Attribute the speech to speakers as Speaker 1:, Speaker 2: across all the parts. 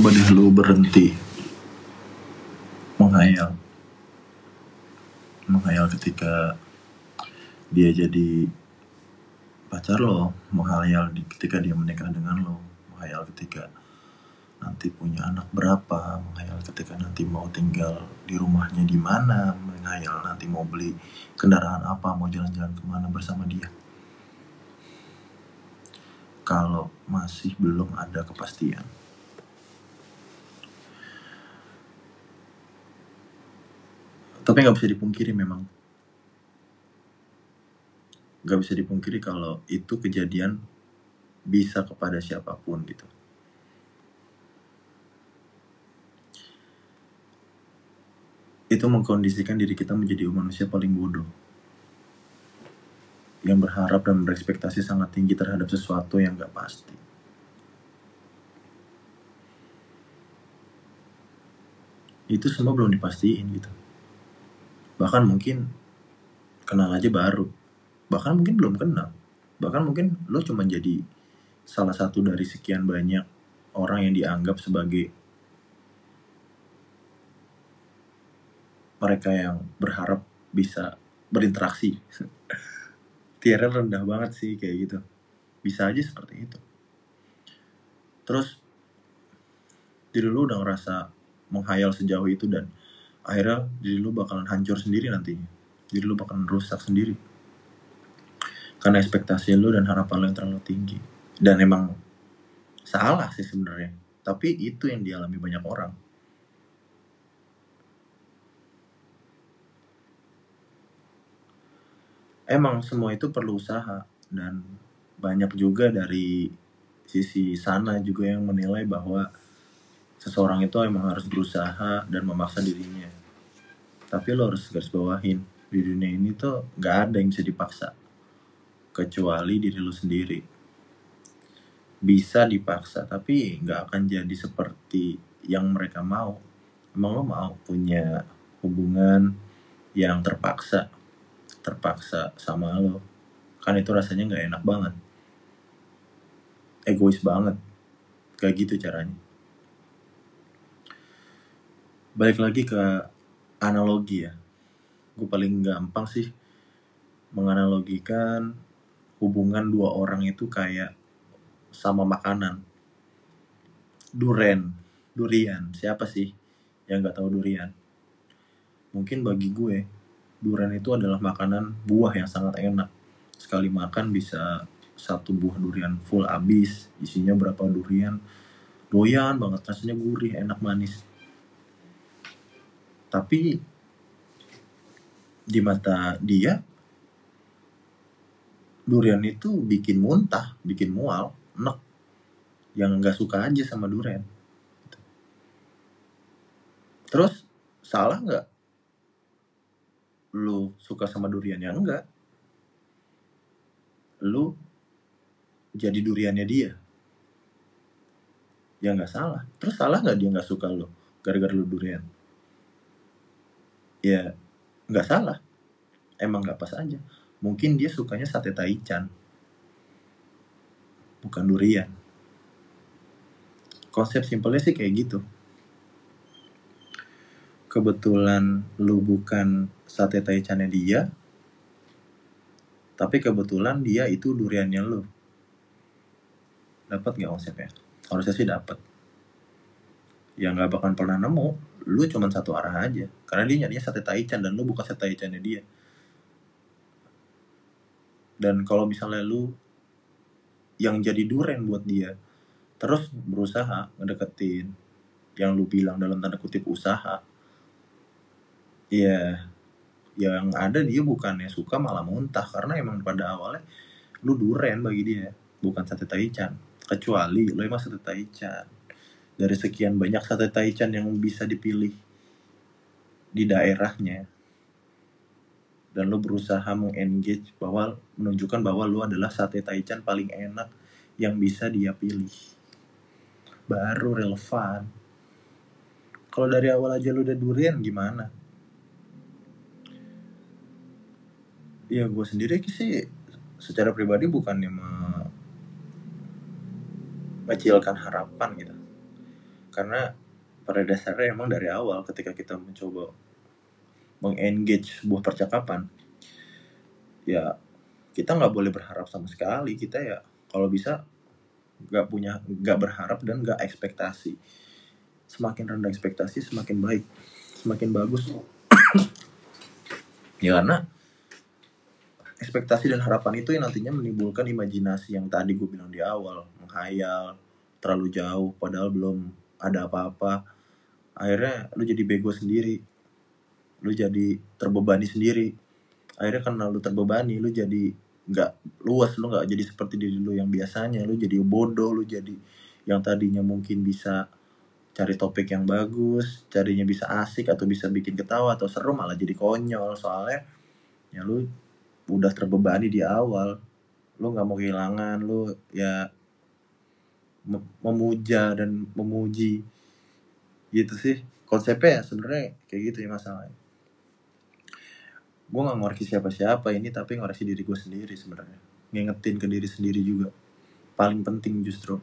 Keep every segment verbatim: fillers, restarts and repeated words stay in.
Speaker 1: Coba deh lu berhenti menghayal menghayal ketika dia jadi pacar lo, menghayal ketika dia menikah dengan lo, menghayal ketika nanti punya anak berapa, menghayal ketika nanti mau tinggal di rumahnya di mana, menghayal nanti mau beli kendaraan apa, mau jalan-jalan kemana bersama dia. Kalau masih belum ada kepastian, tapi nggak bisa dipungkiri memang, nggak bisa dipungkiri kalau itu kejadian bisa kepada siapapun gitu. Itu mengkondisikan diri kita menjadi manusia paling bodoh, yang berharap dan berekspektasi sangat tinggi terhadap sesuatu yang gak pasti. Itu semua belum dipastiin gitu. Bahkan mungkin kenal aja baru, bahkan mungkin belum kenal, bahkan mungkin lo cuma jadi salah satu dari sekian banyak orang yang dianggap sebagai mereka yang berharap bisa berinteraksi. Tiarnya rendah banget sih kayak gitu. Bisa aja seperti itu. Terus diri lu udah ngerasa menghayal sejauh itu dan akhirnya diri lu bakalan hancur sendiri nantinya. Diri lu bakalan rusak sendiri karena ekspektasi lu dan harapan lu yang terlalu tinggi. Dan emang salah sih sebenarnya, tapi itu yang dialami banyak orang. Emang semua itu perlu usaha, dan banyak juga dari sisi sana juga yang menilai bahwa seseorang itu emang harus berusaha dan memaksa dirinya. Tapi lo harus garis bawahin, di dunia ini tuh gak ada yang bisa dipaksa kecuali diri lo sendiri. Bisa dipaksa tapi gak akan jadi seperti yang mereka mau. Emang lo mau punya hubungan yang terpaksa terpaksa sama lo? Kan itu rasanya gak enak banget, egois banget. Kayak gitu caranya. Balik lagi ke analogi ya, gue paling gampang sih menganalogikan hubungan dua orang itu kayak sama makanan. Duren, durian. Siapa sih yang gak tahu durian? Mungkin bagi gue, durian itu adalah makanan buah yang sangat enak. Sekali makan bisa satu buah durian full abis, isinya berapa durian, doyan banget, rasanya gurih, enak, manis. Tapi di mata dia, durian itu bikin muntah, bikin mual, enak. Yang gak suka aja sama durian. Terus salah gak lu suka sama durian? Ya enggak. Lu jadi duriannya dia, ya gak salah. Terus salah gak dia gak suka lu gara-gara lu durian? Ya gak salah, emang gak pas aja. Mungkin dia sukanya sate taichan, bukan durian. Konsep simpelnya sih kayak gitu. Kebetulan lu bukan sate taichannya dia, tapi kebetulan dia itu duriannya lu. Dapat gak konsepnya? Harusnya sih dapat. Ya gak bakal pernah nemu, lu cuma satu arah aja. Karena dia nyarinya sate taichan dan lu bukan sate taichannya dia. Dan kalau misalnya lu yang jadi duren buat dia, terus berusaha ngedeketin yang lu bilang dalam tanda kutip usaha, ya yang ada dia bukannya suka malah muntah. Karena emang pada awalnya lu duren bagi dia, bukan sate taichan. Kecuali lu emang sate taichan. Dari sekian banyak sate taichan yang bisa dipilih di daerahnya, dan lu berusaha mengengage bahwa, menunjukkan bahwa lu adalah sate taichan paling enak yang bisa dia pilih, baru relevan. Kalau dari awal aja lu udah durian gimana? Ya gue sendiri sih secara pribadi bukannya mengecilkan harapan gitu, Karena pada dasarnya emang dari awal ketika kita mencoba meng-engage sebuah percakapan, ya kita nggak boleh berharap sama sekali. Kita ya kalau bisa nggak punya, nggak berharap dan nggak ekspektasi. Semakin rendah ekspektasi semakin baik, semakin bagus. Ya karena ekspektasi dan harapan itu yang nantinya menimbulkan imajinasi yang tadi gue bilang di awal, menghayal terlalu jauh padahal belum ada apa-apa. Akhirnya lu jadi bego sendiri, lu jadi terbebani sendiri. Akhirnya karena lu terbebani, lu jadi nggak luas, lu nggak jadi seperti diri lu yang biasanya. Lu jadi bodoh, lu jadi yang tadinya mungkin bisa cari topik yang bagus, carinya bisa asik atau bisa bikin ketawa atau seru, malah jadi konyol. Soalnya ya lu udah terbebani di awal, lu nggak mau kehilangan, lu ya memuja dan memuji gitu sih konsepnya. Ya sebenarnya kayak gitu ya masalahnya. Gue nggak ngoreksi siapa-siapa ini, tapi ngoreksi diri gue sendiri sebenarnya, ngingetin ke diri sendiri juga paling penting justru.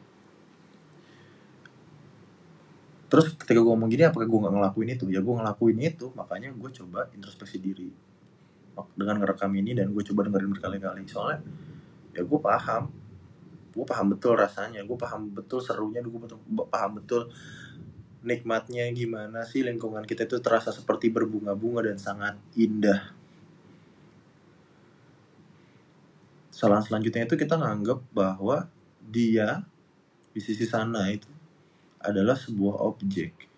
Speaker 1: Terus ketika gue ngomong gini, apakah gue nggak ngelakuin itu? Ya gue ngelakuin itu, makanya gue coba introspeksi diri dengan ngerekam ini dan gue coba dengerin berkali-kali. Soalnya ya gue paham, gue paham betul rasanya, gue paham betul serunya, gue betul, paham betul nikmatnya gimana sih lingkungan kita itu terasa seperti berbunga-bunga dan sangat indah. Salah selanjutnya itu kita nganggap bahwa dia di sisi sana itu adalah sebuah objek.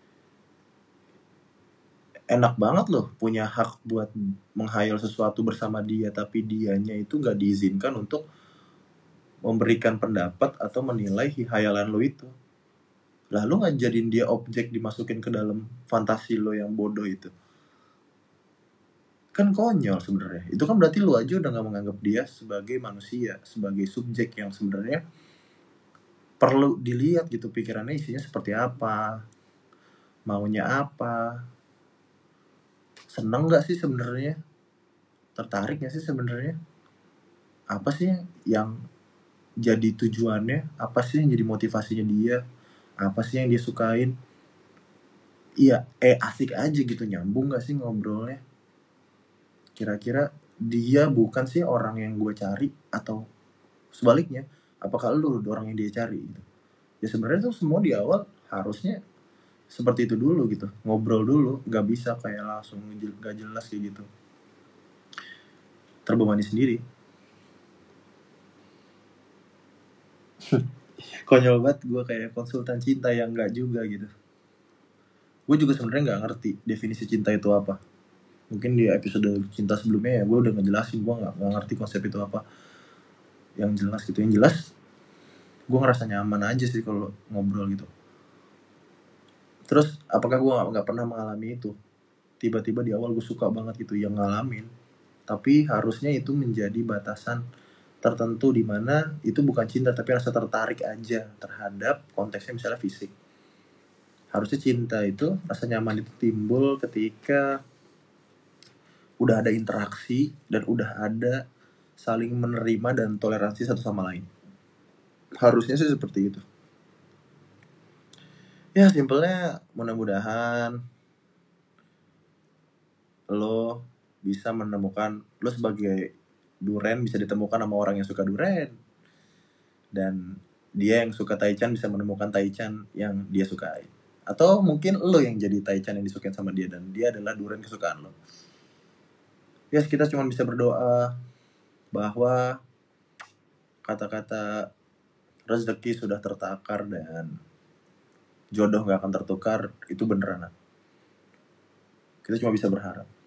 Speaker 1: Enak banget loh punya hak buat menghayal sesuatu bersama dia, tapi dianya itu gak diizinkan untuk memberikan pendapat atau menilai hayalan lo itu. Lah lo gak jadiin dia objek dimasukin ke dalam fantasi lo yang bodoh itu, kan konyol sebenarnya. Itu kan berarti lo aja udah gak menganggap dia sebagai manusia, sebagai subjek yang sebenarnya perlu dilihat gitu, pikirannya isinya seperti apa, maunya apa, seneng gak sih sebenarnya, tertarik gak sih sebenarnya, apa sih yang jadi tujuannya, apa sih yang jadi motivasinya dia, apa sih yang dia sukain. Iya, eh asik aja gitu, nyambung gak sih ngobrolnya, kira-kira dia bukan sih orang yang gue cari, atau sebaliknya apakah lu orang yang dia cari gitu. Ya sebenarnya tuh semua di awal harusnya seperti itu dulu gitu, ngobrol dulu, nggak bisa kayak langsung nggak jelas kayak gitu, terbebani sendiri. Konyol banget gue kayak konsultan cinta yang nggak juga gitu. Gue juga sebenarnya nggak ngerti definisi cinta itu apa. Mungkin di episode cinta sebelumnya ya gue udah ngejelasin, gue nggak nggak ngerti konsep itu apa. Yang jelas gitu, yang jelas gue ngerasa nyaman aja sih kalau ngobrol gitu. Terus apakah gue nggak pernah mengalami itu? Tiba-tiba di awal gue suka banget gitu, yang ngalamin. Tapi harusnya itu menjadi batasan tertentu di mana itu bukan cinta tapi rasa tertarik aja terhadap konteksnya misalnya fisik. Harusnya cinta itu, rasa nyaman itu timbul ketika udah ada interaksi dan udah ada saling menerima dan toleransi satu sama lain. Harusnya sih seperti itu. Ya simpelnya mudah-mudahan lo bisa menemukan, lo sebagai duren bisa ditemukan sama orang yang suka duren, dan dia yang suka taichan bisa menemukan taichan yang dia sukai. Atau mungkin lo yang jadi taichan yang disukain sama dia dan dia adalah duren kesukaan lo. Ya yes, kita cuma bisa berdoa bahwa kata-kata rezeki sudah tertakar dan jodoh gak akan tertukar itu beneran. Kita cuma bisa berharap.